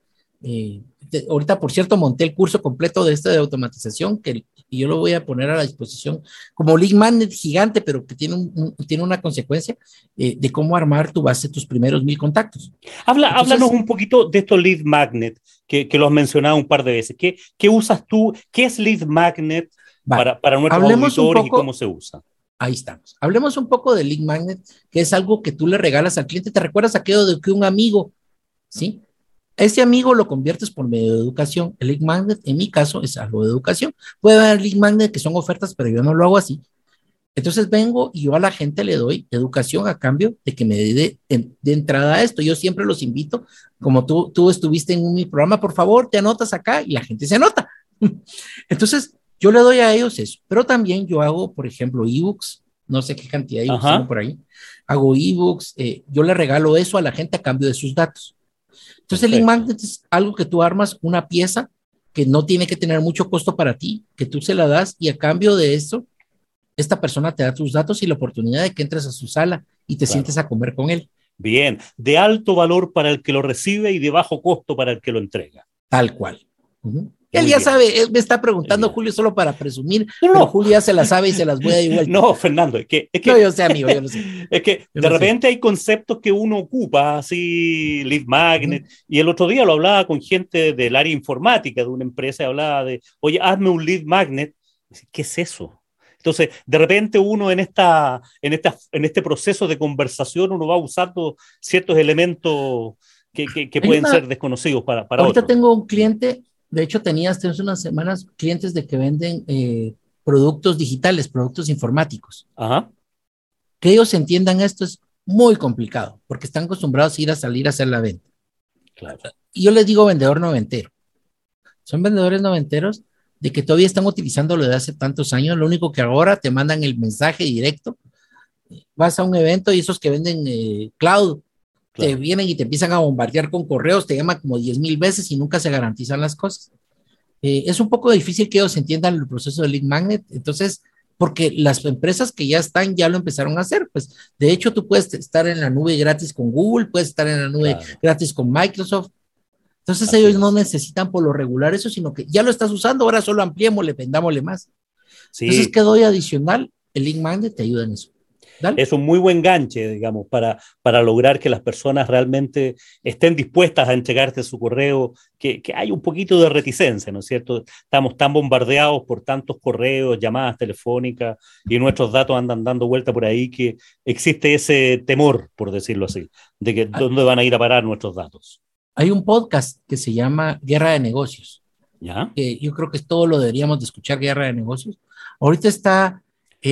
Ahorita, por cierto, monté el curso completo de de automatización y yo lo voy a poner a la disposición como lead magnet gigante, pero que tiene una consecuencia de cómo armar tu base, tus primeros 1,000 contactos.
Háblanos
Entonces,
un poquito de estos lead magnet que lo has mencionado un par de veces. ¿Qué usas tú? ¿Qué es lead magnet
vale,
para nuestros
hablemos un
auditores y cómo
poco,
se usa?
ahí estamos, hablemos un poco de lead magnet, que es algo que tú le regalas al cliente. ¿Te recuerdas aquello de que un amigo, sí? Ese amigo lo conviertes por medio de educación. El lead magnet, en mi caso, es algo de educación. Puede haber lead magnet que son ofertas, pero yo no lo hago así. Entonces vengo y yo a la gente le doy educación a cambio de que me de entrada a esto. Yo siempre los invito, como tú estuviste en mi programa, por favor, te anotas acá y la gente se anota. Entonces yo le doy a ellos eso, pero también yo hago, por ejemplo, ebooks, no sé qué cantidad de ebooks tengo
Ajá,
por ahí, hago ebooks, yo le regalo eso a la gente a cambio de sus datos. Entonces el link
perfecto.
magnet es algo que tú armas, una pieza que no tiene que tener mucho costo para ti, que tú se la das y a cambio de eso, esta persona te da tus datos y la oportunidad de que entres a su sala y te sientes
Claro.
a comer con él,
Bien. De alto valor para el que lo recibe y de bajo costo para el que lo entrega.
tal cual. Uh-huh. Él
Muy
ya
bien,
sabe, él me está
muy
preguntando,
bien.
Julio, solo para presumir,
No,
pero
no,
Julio ya se la sabe y se las voy a dar vuelta.
no, Fernando,
No, yo sé, amigo, yo lo sé,
es que
yo
de
lo sé.
repente hay conceptos que uno ocupa, así, lead
Uh-huh.
magnet, y el otro día lo hablaba con gente del área informática de una empresa, y hablaba de, oye, hazme un lead magnet. ¿Qué es eso? Entonces, de repente uno en este proceso de conversación, uno va usando ciertos elementos que
Hay
pueden
una,
ser desconocidos para
ahorita
otros.
tengo un cliente, de hecho tenía hasta hace unas semanas clientes de que venden productos digitales, productos informáticos.
Ajá,
Que ellos entiendan esto es muy complicado, porque están acostumbrados a ir a salir a hacer la venta.
claro,
Y yo les digo vendedor noventero. Son vendedores noventeros de que todavía están utilizando lo de hace tantos años. Lo único que ahora te mandan el mensaje directo. Vas a un evento y esos que venden cloud te
claro.
vienen y te empiezan a bombardear con correos, te llaman como 10,000 veces y nunca se garantizan las cosas. Es un poco difícil que ellos entiendan el proceso de lead magnet. Entonces, porque las empresas que ya están ya lo empezaron a hacer. Pues de hecho, tú puedes estar en la nube gratis con Google, puedes estar en la nube
Claro,
gratis con Microsoft. Entonces
así
ellos no
es.
necesitan por lo regular eso, sino que ya lo estás usando, ahora solo ampliémosle, vendámosle más. Entonces,
Sí,
¿qué doy adicional? El link magnet te ayuda en eso. Dale.
es un muy buen ganche, digamos, para lograr que las personas realmente estén dispuestas a entregarte su correo, que hay un poquito de reticencia, ¿no es cierto? Estamos tan bombardeados por tantos correos, llamadas telefónicas y nuestros datos andan dando vuelta por ahí que existe ese temor, por decirlo así, de que dónde van a ir a parar nuestros datos.
Hay un podcast que se llama Guerra de Negocios,
¿Ya?
que yo creo que todo lo deberíamos de escuchar, Guerra de Negocios. Ahorita está,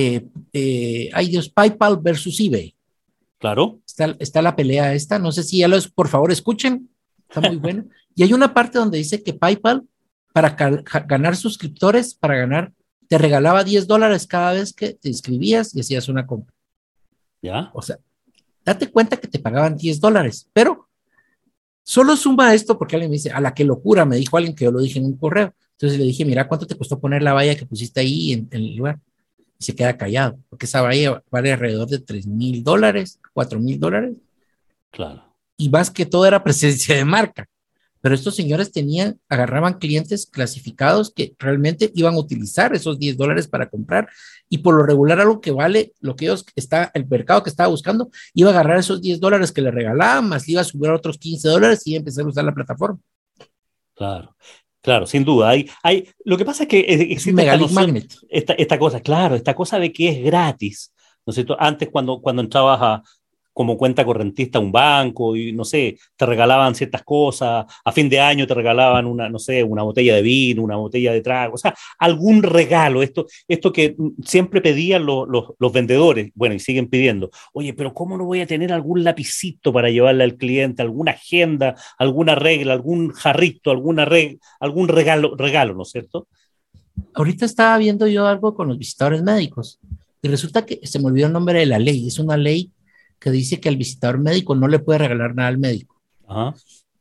ay Dios, PayPal versus eBay.
Claro,
Está la pelea esta, no sé si ya por favor escuchen, está muy bueno. Y hay una parte donde dice que PayPal, para ganar suscriptores, te regalaba $10 cada vez que te inscribías y hacías una compra.
¿ya?
O sea, date cuenta que te pagaban $10, pero solo suma esto porque alguien me dice, a la que locura, me dijo alguien que yo lo dije en un correo. Entonces le dije, mira, ¿cuánto te costó poner la valla que pusiste ahí en el lugar? Y se queda callado, porque esa valla vale alrededor de $3,000, $4,000,
Claro.
y más que todo era presencia de marca. Pero estos señores agarraban clientes clasificados que realmente iban a utilizar esos $10 para comprar, y por lo regular algo que vale lo que el mercado que estaba buscando, iba a agarrar esos $10 que le regalaban, más le iba a subir a otros $15 y iba a empezar a usar la plataforma.
Claro, claro, sin duda. Lo que pasa es que
Es un
existe esta
megalic
noción,
magnet.
esta cosa, claro, esta cosa de que es gratis, ¿no es cierto? Antes cuando entrabas como cuenta correntista a un banco y, no sé, te regalaban ciertas cosas, a fin de año te regalaban no sé, una botella de vino, una botella de trago, o sea, algún regalo, esto que siempre pedían los vendedores, bueno, y siguen pidiendo, oye, pero ¿cómo no voy a tener algún lapicito para llevarle al cliente, alguna agenda, alguna regla, algún jarrito, algún regalo, ¿no es cierto?
Ahorita estaba viendo yo algo con los visitadores médicos y resulta que se me olvidó el nombre de la ley. Es una ley que dice que al visitador médico no le puede regalar nada al médico.
Ajá.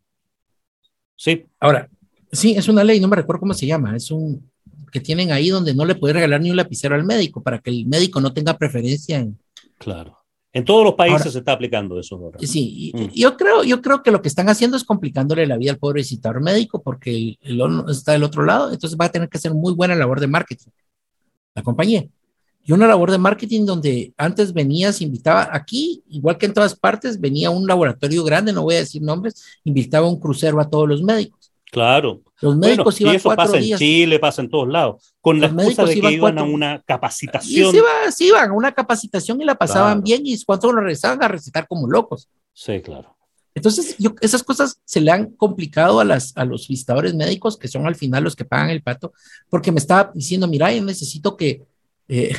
Sí.
Ahora, sí, es una ley, no me recuerdo cómo se llama. Es un que tienen ahí donde no le puede regalar ni un lapicero al médico para que el médico no tenga preferencia en.
Claro. En todos los países
Ahora,
se está aplicando eso ahora.
sí,
Mm.
yo creo que lo que están haciendo es complicándole la vida al pobre visitador médico porque el ONU está del otro lado, entonces va a tener que hacer muy buena labor de marketing la compañía. Y una labor de marketing donde antes venías, invitaba aquí, igual que en todas partes, venía un laboratorio grande, no voy a decir nombres, invitaba un crucero a todos los médicos.
Claro.
Los
Bueno,
médicos
y
iban
eso
cuatro
pasa en
días.
Chile, pasa en todos lados, con la
Los
excusa
médicos
de que
iban
iban a
cuatro.
una
Y se,
capacitación.
iba, se iban a una capacitación y la pasaban
Claro,
bien, y cuando lo regresaban a recetar como locos.
sí, claro.
Entonces, esas cosas se le han complicado a los visitadores médicos, que son al final los que pagan el pato, porque me estaba diciendo, mira, yo eh,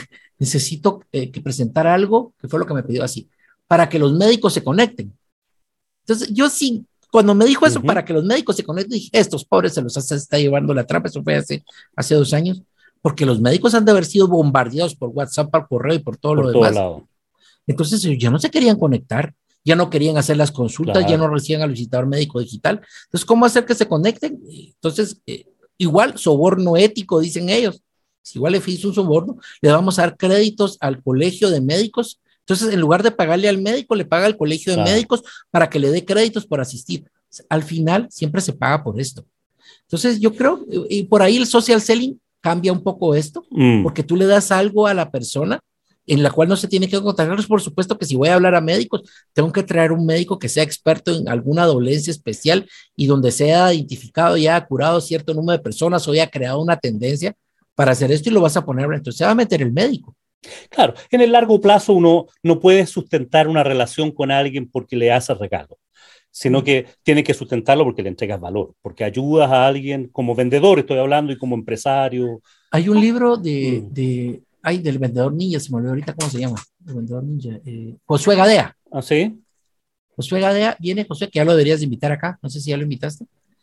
que presentar algo, que fue lo que me pidió así, para que los médicos se conecten. Entonces, yo sí, cuando me dijo eso,
Ujú.
para que los médicos se conecten, dije, estos pobres se los está llevando la trampa, eso fue hace 2 años, porque los médicos han de haber sido bombardeados por WhatsApp, por correo y por todo lo
Por todos
demás.
lados,
Entonces ya no se querían conectar, ya no querían hacer las consultas, ya no
claro.
recibían al visitador médico digital. Entonces, ¿cómo hacer que se conecten? Entonces, igual, soborno ético, dicen ellos. Si igual le hizo un soborno, le vamos a dar créditos al colegio de médicos. Entonces, en lugar de pagarle al médico, le paga al colegio de
Claro.
médicos para que le dé créditos por asistir. Al final, siempre se paga por esto. Entonces, yo creo, y por ahí el social selling cambia un poco esto,
Mm,
porque tú le das algo a la persona en la cual no se tiene que contactar. Por supuesto que si voy a hablar a médicos, tengo que traer un médico que sea experto en alguna dolencia especial y donde sea identificado y haya curado cierto número de personas o haya creado una tendencia para hacer esto, y lo vas a poner, entonces se va a meter el médico.
claro, en el largo plazo uno no puede sustentar una relación con alguien porque le hace regalo, sino que tiene que sustentarlo porque le entregas valor, porque ayudas a alguien como vendedor, estoy hablando, y como empresario.
Hay un libro
Mm.
del vendedor ninja, se me olvidó ahorita cómo se llama, el vendedor ninja, Josué Gadea.
¿Ah, sí?
Josué Gadea, viene Josué, que ya lo deberías de invitar acá, no sé si ya lo invitaste.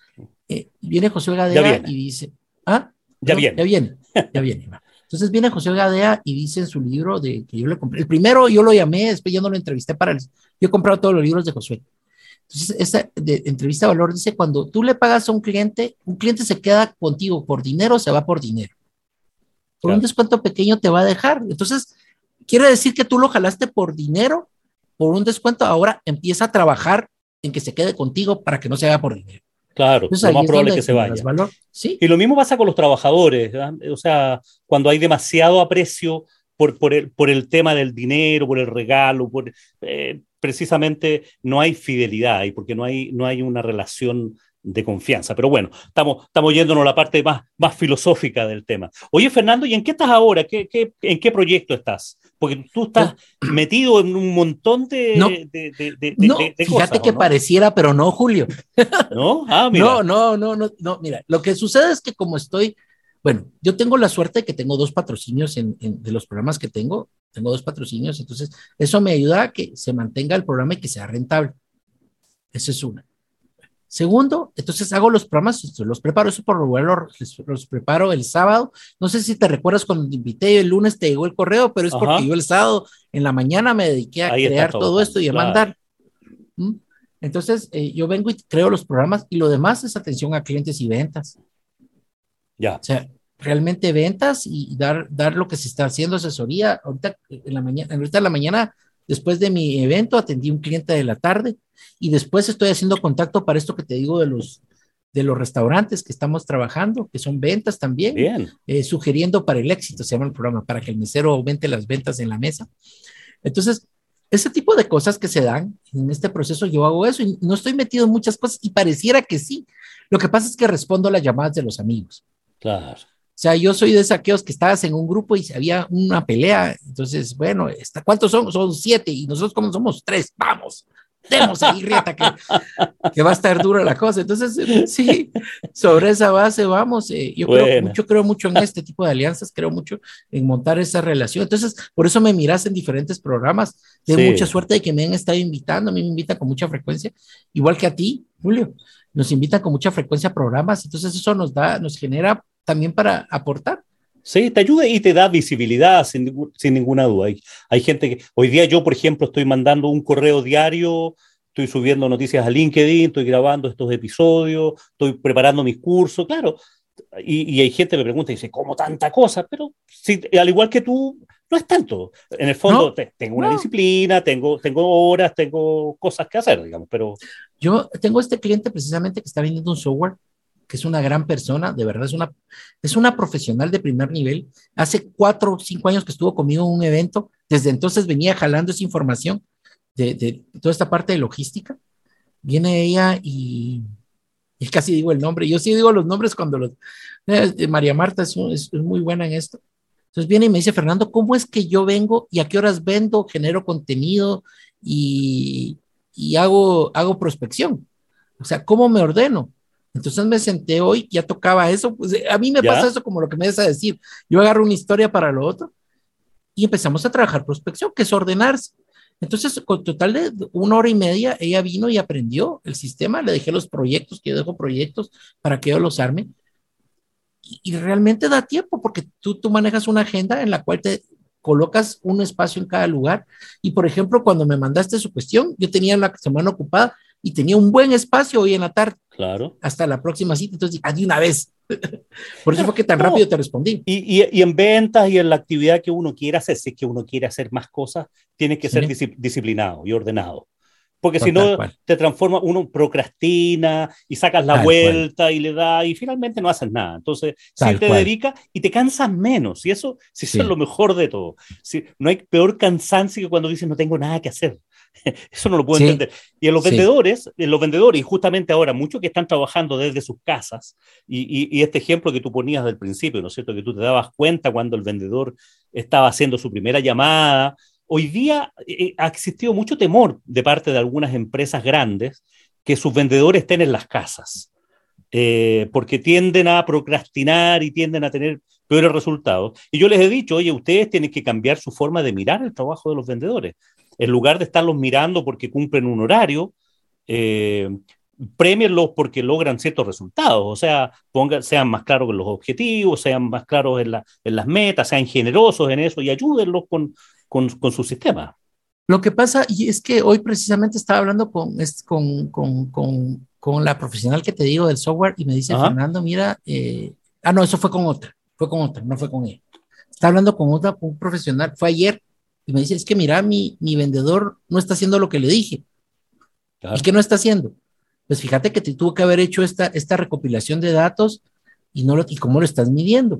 Viene Josué
Ya
Gadea y
viene,
dice, ah,
ya
perdón,
viene.
ya viene. Entonces viene Josué Gadea y dice en su libro que yo le compré, el primero yo lo llamé, después yo no lo entrevisté yo he comprado todos los libros de Josué. Entonces, esa de entrevista de valor dice, cuando tú le pagas a un cliente se queda contigo por dinero, se va por dinero. Por un
Claro,
descuento pequeño te va a dejar. Entonces, quiere decir que tú lo jalaste por dinero, por un descuento, ahora empieza a trabajar en que se quede contigo para que no se haga por dinero.
claro,
Entonces
lo
ahí
más
es
probable es
donde
que se
generas
vaya.
valor, ¿sí?
Y lo mismo pasa con los trabajadores, ¿verdad? O sea, cuando hay demasiado aprecio por el tema del dinero, por el regalo, precisamente no hay fidelidad y porque no hay una relación de confianza. Pero bueno, estamos yéndonos a la parte más filosófica del tema. Oye, Fernando, ¿y en qué estás ahora? ¿En qué proyecto estás? Porque tú
Pues
estás metido en un montón
no,
de cosas,
fíjate
¿o
que
no?
pareciera, pero no, Julio.
¿No? Ah,
No,
mira.
no, no, no, no, mira, lo que sucede es que como bueno, yo tengo la suerte de que tengo 2 patrocinios de los programas que tengo 2 patrocinios, entonces eso me ayuda a que se mantenga el programa y que sea rentable. Esa es una. Segundo, entonces hago los programas, los preparo, eso por lo bueno, los preparo el sábado. No sé si te recuerdas cuando te invité, el lunes te llegó el correo, pero es porque
Ajá.
yo el sábado en la mañana me dediqué a
Ahí estás
crear todo esto
trabajando.
y a
Claro.
mandar. ¿Mm? Entonces, yo vengo y creo los programas y lo demás es atención a clientes y ventas.
Ya.
O sea, realmente ventas y dar lo que se está haciendo, asesoría. Ahorita en la mañana, después de mi evento, atendí un cliente de la tarde y después estoy haciendo contacto para esto que te digo de los restaurantes que estamos trabajando, que son ventas también,
Bien.
sugiriendo para el éxito, se llama el programa, para que el mesero aumente las ventas en la mesa. Entonces, ese tipo de cosas que se dan en este proceso, yo hago eso y no estoy metido en muchas cosas y pareciera que sí. Lo que pasa es que respondo a las llamadas de los amigos.
Claro.
O sea, yo soy de saqueos que estabas en un grupo y había una pelea. Entonces, bueno, ¿cuántos son? Son 7 y nosotros como somos 3, vamos, demos ahí, rieta, que va a estar dura la cosa. Entonces, sí, sobre esa base vamos. Yo
Buena.
creo mucho en este tipo de alianzas, creo mucho en montar esa relación. Entonces, por eso me miras en diferentes programas. Tengo mucha
Sí.
suerte de que me han estado invitando, a mí me invitan con mucha frecuencia, igual que a ti, Julio. Nos invitan con mucha frecuencia a programas, entonces eso nos genera también para aportar.
Sí, te ayuda y te da visibilidad sin ninguna duda. Hay gente que, hoy día yo, por ejemplo, estoy mandando un correo diario, estoy subiendo noticias a LinkedIn, estoy grabando estos episodios, estoy preparando mis cursos, claro. Y hay gente que me pregunta y dice, ¿cómo tanta cosa? Pero sí, al igual que tú, no es tanto. En el fondo,
No,
tengo una
no.
disciplina, tengo horas, tengo cosas que hacer, digamos, pero
Yo tengo este cliente precisamente que está vendiendo un software, que es una gran persona, de verdad, es una profesional de primer nivel. Hace 4 o 5 años que estuvo conmigo en un evento, desde entonces venía jalando esa información de toda esta parte de logística. Viene ella y casi digo el nombre, yo sí digo los nombres cuando María Marta es muy buena en esto. Entonces viene y me dice, Fernando, ¿cómo es que yo vengo y a qué horas vendo, genero contenido y, y hago prospección? O sea, ¿cómo me ordeno? Entonces me senté hoy, ya tocaba eso, pues a mí me pasa
ya,
eso como lo que me vas a decir. Yo agarro una historia para lo otro y empezamos a trabajar prospección, que es ordenarse. Entonces, con total de 1 hora y media, ella vino y aprendió el sistema, le dejé los proyectos, que yo dejo proyectos para que yo los arme, y realmente da tiempo porque tú manejas una agenda en la cual te colocas un espacio en cada lugar. Y por ejemplo, cuando me mandaste su cuestión, yo tenía la semana ocupada y tenía un buen espacio hoy en la tarde,
claro.
hasta la próxima cita. Entonces, de una vez. Por eso
Claro,
fue que tan rápido
no.
te respondí.
Y en ventas y en la actividad que uno quiera hacer, si es que uno quiere hacer más cosas, tienes que ser
Sí,
disciplinado y ordenado. Porque si
tal
no,
cual,
te transforma, uno procrastina y sacas la
tal cual,
vuelta y le da y finalmente no haces nada. Entonces, si
tal
te
cual.
dedicas y te cansas menos, y eso, si eso es lo
Sí,
mejor de todo. Si, no hay peor cansancio que cuando dices no tengo nada que hacer. Eso no lo puedo
sí,
entender. Y
sí,
en los vendedores, y justamente ahora, muchos que están trabajando desde sus casas, y este ejemplo que tú ponías del principio, ¿no es cierto? Que tú te dabas cuenta cuando el vendedor estaba haciendo su primera llamada. Hoy día ha existido mucho temor de parte de algunas empresas grandes que sus vendedores estén en las casas, porque tienden a procrastinar y tienden a tener peores resultados. Y yo les he dicho, oye, ustedes tienen que cambiar su forma de mirar el trabajo de los vendedores. En lugar de estarlos mirando porque cumplen un horario, eh, premienlos porque logran ciertos resultados. O sea, sean más claros en los objetivos, sean más claros en las metas, sean generosos en eso y ayúdenlos con su sistema.
lo que pasa, y es que hoy precisamente estaba hablando con la profesional que te digo del software y me dice,
Ajá,
Fernando, mira, no, eso fue con otra, no fue con ella. Estaba hablando con un profesional, fue ayer, y me dice, es que mira, mi vendedor no está haciendo lo que le dije. ¿Y
claro,
qué no está haciendo? Pues fíjate que te tuvo que haber hecho esta recopilación de datos y cómo lo estás midiendo.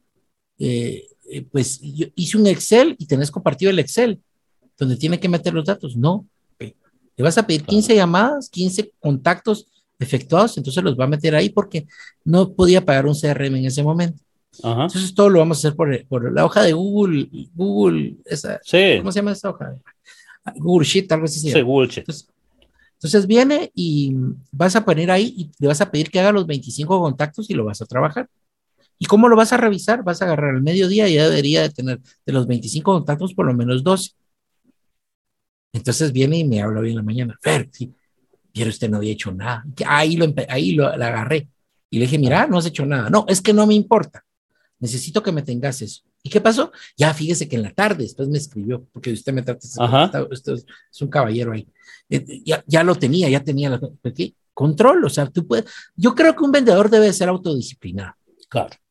Pues yo hice un Excel y tenés compartido el Excel donde tiene que meter los datos. No, le vas a pedir 15
claro.
llamadas, 15 contactos efectuados, entonces los va a meter ahí porque no podía pagar un CRM en ese momento.
Ajá,
Entonces todo lo vamos a hacer por la hoja de Google,
sí,
¿cómo se llama esa hoja? Google Sheet, algo así se
sí,
llama.
bullshit.
Entonces viene y vas a poner ahí y le vas a pedir que haga los 25 contactos y lo vas a trabajar. ¿Y cómo lo vas a revisar? Vas a agarrar al mediodía y ya debería de tener de los 25 contactos por lo menos 12. Entonces viene y me habla hoy en la mañana. Fer, sí, pero usted no había hecho nada. La agarré. Y le dije,
Ah,
mira, no has hecho nada. No, es que no me importa. Necesito que me tengas eso. ¿Y qué pasó? Ya fíjese que en la tarde después me escribió, porque usted me trata,
ajá,
usted es un caballero ahí. Ya lo tenía, ya tenía ¿qué? Control, o sea, tú puedes. Yo creo que un vendedor debe ser autodisciplinado.
claro.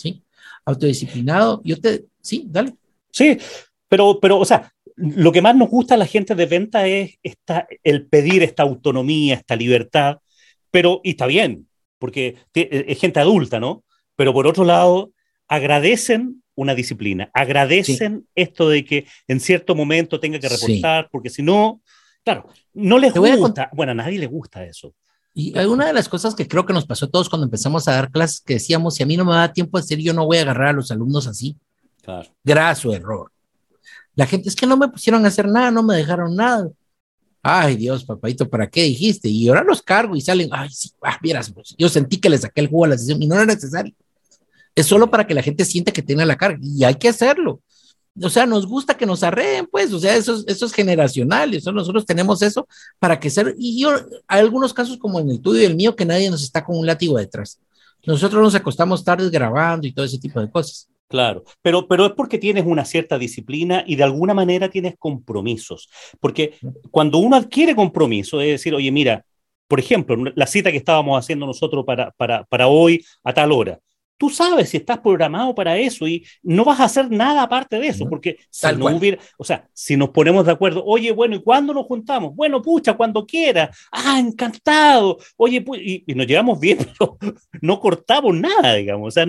Sí, autodisciplinado. Sí, dale.
Sí, pero, o sea, lo que más nos gusta a la gente de venta es el pedir esta autonomía, esta libertad, pero, y está bien, porque es gente adulta, ¿no? Pero por otro lado, agradecen una disciplina,
Sí,
agradecen esto de que en cierto momento tenga que
sí.
reportar, porque si no, claro, no les
Te voy a contar.
gusta, bueno, a nadie le gusta eso.
Y hay una de las cosas que creo que nos pasó a todos cuando empezamos a dar clases, que decíamos, si a mí no me da tiempo de hacer, yo no voy a agarrar a los alumnos así.
Claro.
Graso error. La gente es que no me pusieron a hacer nada, no me dejaron nada. Ay, Dios, papadito, ¿para qué dijiste? Y ahora los cargo y salen, ay, sí, vieras, pues, yo sentí que le saqué el jugo a la sesión y no era necesario. Es solo
Sí.
para que la gente sienta que tiene la carga y hay que hacerlo. O sea, nos gusta que nos arreen, pues, o sea, eso es generacional, eso nosotros tenemos eso para que ser, y yo, hay algunos casos como en el tuyo y el mío, que nadie nos está con un látigo detrás. Nosotros nos acostamos tardes grabando y todo ese tipo de cosas.
Claro, pero es porque tienes una cierta disciplina y de alguna manera tienes compromisos. Porque cuando uno adquiere compromiso, es decir, oye, mira, por ejemplo, la cita que estábamos haciendo nosotros para hoy a tal hora, tú sabes si estás programado para eso y no vas a hacer nada aparte de eso,
¿No?
porque si
Tal
no
cual.
hubiera, o sea, si nos ponemos de acuerdo, oye, bueno, ¿y cuándo nos juntamos? Bueno, pucha, cuando quiera. Ah, encantado. Oye, y nos llevamos bien, pero no cortamos nada, digamos. O sea,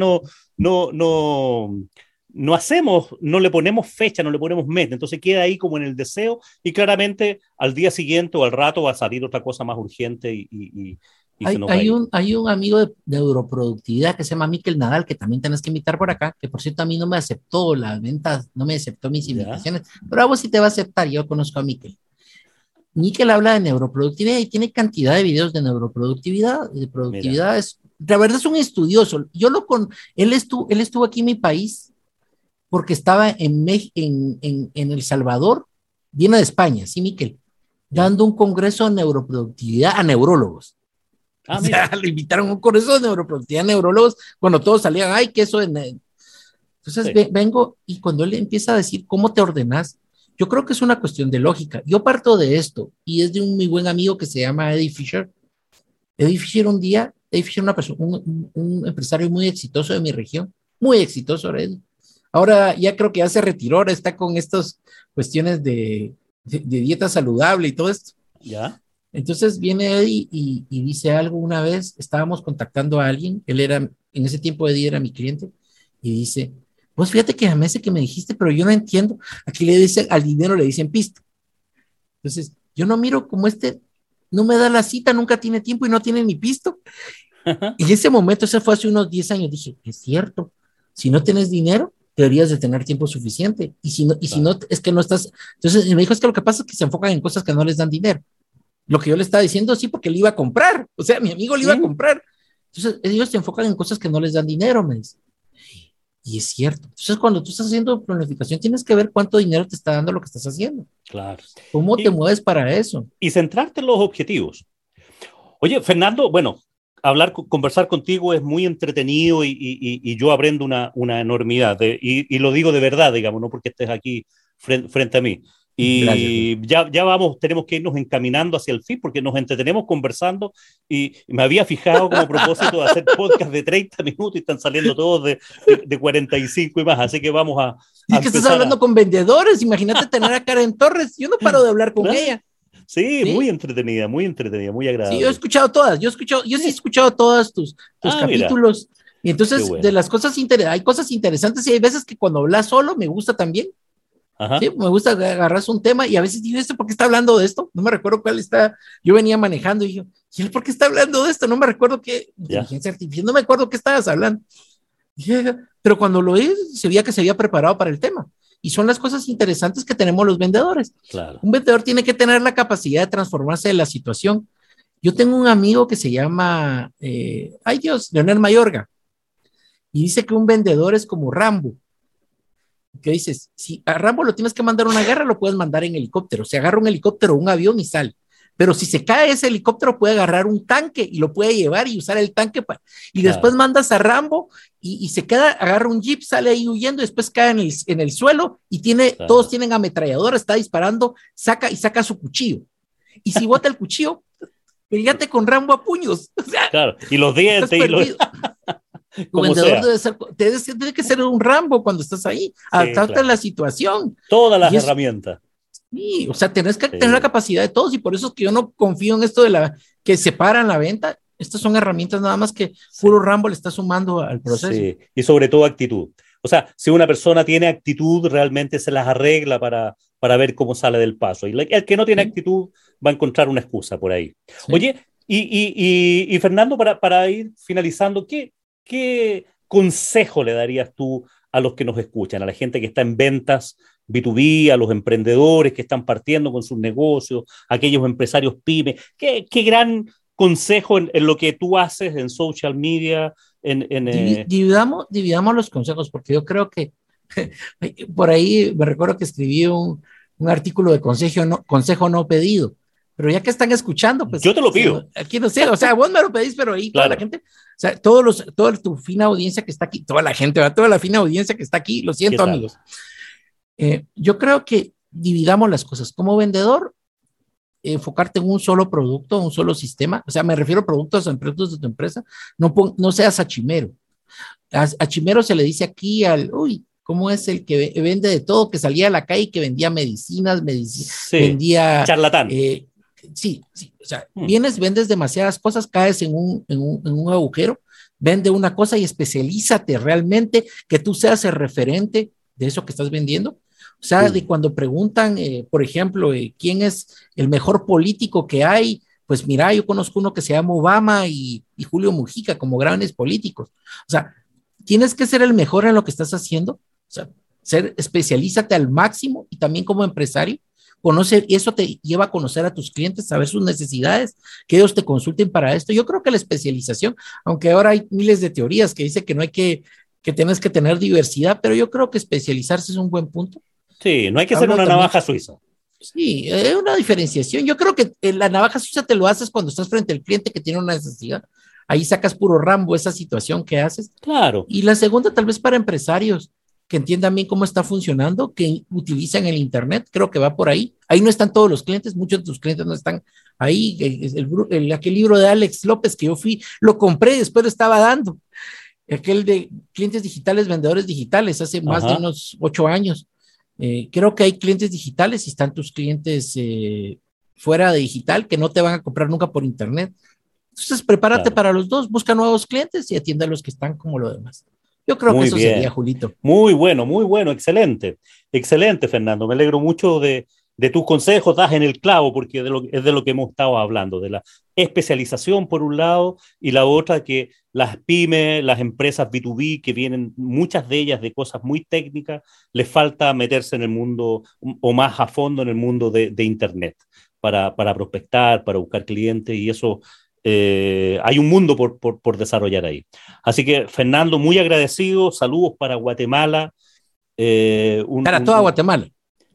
no hacemos, no le ponemos fecha, no le ponemos meta, entonces queda ahí como en el deseo y claramente al día siguiente o al rato va a salir otra cosa más urgente y se nos va a ir.
Hay un amigo de neuroproductividad que se llama Miquel Nadal, que también tenés que invitar por acá, que por cierto a mí no me aceptó las ventas, no me aceptó mis
¿Ya?
invitaciones, pero a vos sí te va a aceptar, yo conozco a Miquel. Miquel habla de neuroproductividad y tiene cantidad de videos de neuroproductividad, de
Mira,
productividad, la verdad es un estudioso. Él estuvo aquí en mi país porque estaba en El Salvador, viene de España, sí, Miquel,
¿ya?
dando un congreso de neuroproductividad a neurólogos. O
Ah,
sea,
mira,
le invitaron a un congreso de neuroproductividad a neurólogos cuando todos salían, ay, que eso de... Entonces
sí,
vengo y cuando él empieza a decir cómo te ordenas, yo creo que es una cuestión de lógica. Yo parto de esto y es de un muy buen amigo que se llama Eddie Fisher. Eddie Fisher un día, Eddie Fisher una persona, un empresario muy exitoso de mi región, muy exitoso, Eddie. Ahora ya creo que ya se retiró, ahora está con estas cuestiones de dieta saludable y todo esto.
¿ya?
Entonces viene Eddie y dice algo una vez, estábamos contactando a alguien, él era, en ese tiempo Eddie era mi cliente, y dice, pues fíjate que a mí ese que me dijiste, pero yo no entiendo, aquí le dicen, al dinero le dicen pisto. Entonces, yo no miro como no me da la cita, nunca tiene tiempo y no tiene ni pisto. Y en ese momento, eso fue hace unos 10 años, dije, es cierto, si no tienes dinero, deberías de tener tiempo suficiente. Y si
Claro.
no, es que no estás. Entonces, me dijo, es que lo que pasa es que se enfocan en cosas que no les dan dinero. Lo que yo le estaba diciendo, sí, porque le iba a comprar. O sea, mi amigo le iba a
¿Mm?
comprar. Entonces, ellos se enfocan en cosas que no les dan dinero, me dice. Y es cierto. Entonces, cuando tú estás haciendo planificación, tienes que ver cuánto dinero te está dando lo que estás haciendo.
Claro.
¿Cómo te
Y,
mueves para eso?
y centrarte en los objetivos. Oye, Fernando, bueno, conversar contigo es muy entretenido y yo aprendo una enormidad. Y lo digo de verdad, digamos, no porque estés aquí frente a mí.
Gracias.
Y ya vamos, tenemos que irnos encaminando hacia el fin porque nos entretenemos conversando y me había fijado como propósito de hacer podcast de 30 minutos y están saliendo todos de 45 y más, así que vamos
Y
a
es que estás
empezar
hablando con vendedores. Imagínate tener a Karen Torres. Yo no paro de hablar con
¿no?
ella.
Sí,
¿Sí?
muy entretenida, muy
Sí, yo he
agradable.
escuchado todas. Yo sí he
Sí.
escuchado todos tus
Ah, mira,
capítulos. Y
qué
entonces, de
bueno.
las cosas hay cosas interesantes y hay veces que cuando hablas solo me gusta también. Sí,
Ajá,
me gusta agarrarse un tema y a veces digo, ¿este por qué está hablando de esto? No me recuerdo cuál está. Yo venía manejando y yo, ¿y él por qué está hablando de esto? No me recuerdo qué.
ya,
Inteligencia artificial, no me acuerdo qué estabas hablando. Pero cuando lo oí, se veía que se había preparado para el tema. Y son las cosas interesantes que tenemos los vendedores.
claro.
Un vendedor tiene que tener la capacidad de transformarse de la situación. Yo tengo un amigo que se llama, ay Dios, Leonel Mayorga, y dice que un vendedor es como Rambo. Que dices, si a Rambo lo tienes que mandar a una guerra, lo puedes mandar en helicóptero. Se agarra un helicóptero o un avión y sale. Pero si se cae ese helicóptero, puede agarrar un tanque y lo puede llevar y usar el tanque y después
Claro,
mandas a Rambo y se queda, agarra un jeep, sale ahí huyendo, y después cae en el suelo y todos
claro,
tienen ametralladora, está disparando, saca su cuchillo. Y si bota el cuchillo, pégate con Rambo a puños. O sea,
claro. Y los
estás
dientes y los...
perdido. Tu vendedor debe que ser un Rambo cuando estás ahí, adaptarte a la situación.
Todas las herramientas.
Sí, o sea, tenés que tener la capacidad de todos y por eso es que yo no confío en esto de que separan la venta. Estas son herramientas nada más que puro Rambo le está sumando al proceso.
Sí, y sobre todo actitud. O sea, si una persona tiene actitud, realmente se las arregla para ver cómo sale del paso. Y el que no tiene actitud va a encontrar una excusa por ahí. Sí. Oye, y Fernando, para ir finalizando, ¿qué consejo le darías tú a los que nos escuchan, a la gente que está en ventas B2B, a los emprendedores que están partiendo con sus negocios, a aquellos empresarios pymes? ¿Qué gran consejo en lo que tú haces en social media?
Dividamos los consejos, porque yo creo que por ahí me recuerdo que escribí un artículo de consejo no pedido, pero ya que están escuchando, pues
yo te lo pido.
Aquí no sé, o sea, vos me lo pedís, pero ahí toda la gente, o sea, toda tu fina audiencia que está aquí, toda la fina audiencia que está aquí, lo siento, amigos. Yo creo que dividamos las cosas. Como vendedor, enfocarte en un solo producto, un solo sistema, o sea, me refiero a productos o productos de tu empresa, no seas achimero. Achimero se le dice aquí ¿cómo es el que vende de todo? Que salía a la calle y que vendía medicinas,
sí,
vendía...
charlatán.
Sí, o sea, vendes demasiadas cosas, caes en un agujero, vende una cosa y especialízate realmente, que tú seas el referente de eso que estás vendiendo. O sea, de cuando preguntan, por ejemplo, ¿quién es el mejor político que hay? Pues mira, yo conozco uno que se llama Obama y Julio Mujica como grandes políticos. O sea, tienes que ser el mejor en lo que estás haciendo. O sea, especialízate al máximo y también como empresario. Conocer, y eso te lleva a conocer a tus clientes, saber sus necesidades, que ellos te consulten para esto. Yo creo que la especialización, aunque ahora hay miles de teorías que dicen que no hay que tienes que tener diversidad, pero yo creo que especializarse es un buen punto.
Sí, no hay que ser una navaja suiza.
Sí, es una diferenciación. Yo creo que la navaja suiza te lo haces cuando estás frente al cliente que tiene una necesidad. Ahí sacas puro Rambo esa situación que haces.
Claro.
Y la segunda, tal vez para empresarios que entiendan bien cómo está funcionando, que utilizan el Internet, creo que va por ahí. Ahí no están todos los clientes, muchos de tus clientes no están ahí. Aquel libro de Alex López que yo lo compré, después lo estaba dando. Aquel de clientes digitales, vendedores digitales, hace más de unos 8 años. Creo que hay clientes digitales y están tus clientes fuera de digital que no te van a comprar nunca por Internet. Entonces, prepárate para los dos, busca nuevos clientes y atiende a los que están como lo demás. Yo creo que eso sería, Julito.
Muy bueno, excelente. Excelente, Fernando. Me alegro mucho de tus consejos, das en el clavo, porque es de lo que hemos estado hablando, de la especialización por un lado, y la otra que las pymes, las empresas B2B, que vienen muchas de ellas de cosas muy técnicas, les falta meterse en el mundo o más a fondo en el mundo de Internet para prospectar, para buscar clientes, y eso hay un mundo por desarrollar ahí. Así que, Fernando, muy agradecido, saludos para Guatemala.
Para toda Guatemala.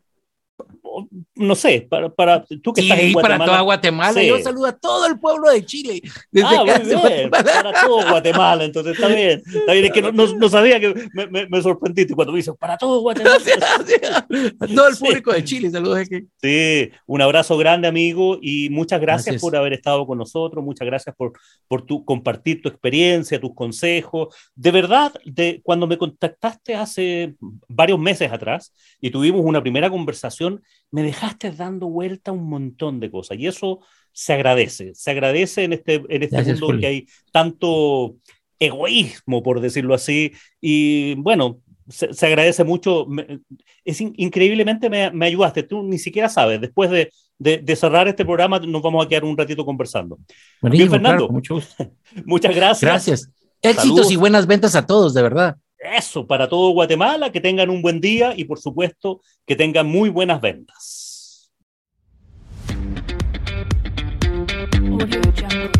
No sé, para tú que estás en Guatemala.
Para toda Guatemala. Sí. Yo saludo a todo el pueblo de Chile.
Muy bien, para todo Guatemala, entonces está bien. Es que no sabía que me sorprendiste cuando me dices, para todo Guatemala.
A todo el público de Chile, saludos aquí.
Sí, un abrazo grande, amigo, y muchas gracias por haber estado con nosotros, muchas gracias por compartir tu experiencia, tus consejos. De verdad, cuando me contactaste hace varios meses atrás y tuvimos una primera conversación, me dejaste dando vuelta un montón de cosas y eso se agradece en este gracias, mundo Julio. Que hay tanto egoísmo, por decirlo así, y bueno, se agradece mucho. Increíblemente me ayudaste, tú ni siquiera sabes, después de cerrar este programa nos vamos a quedar un ratito conversando.
Buenísimo, bien, Fernando, claro, mucho gusto.
Muchas gracias.
Gracias. Éxitos Saludos. Y buenas ventas a todos, de verdad.
Eso, para todo Guatemala, que tengan un buen día y por supuesto que tengan muy buenas ventas. Audio Jungle.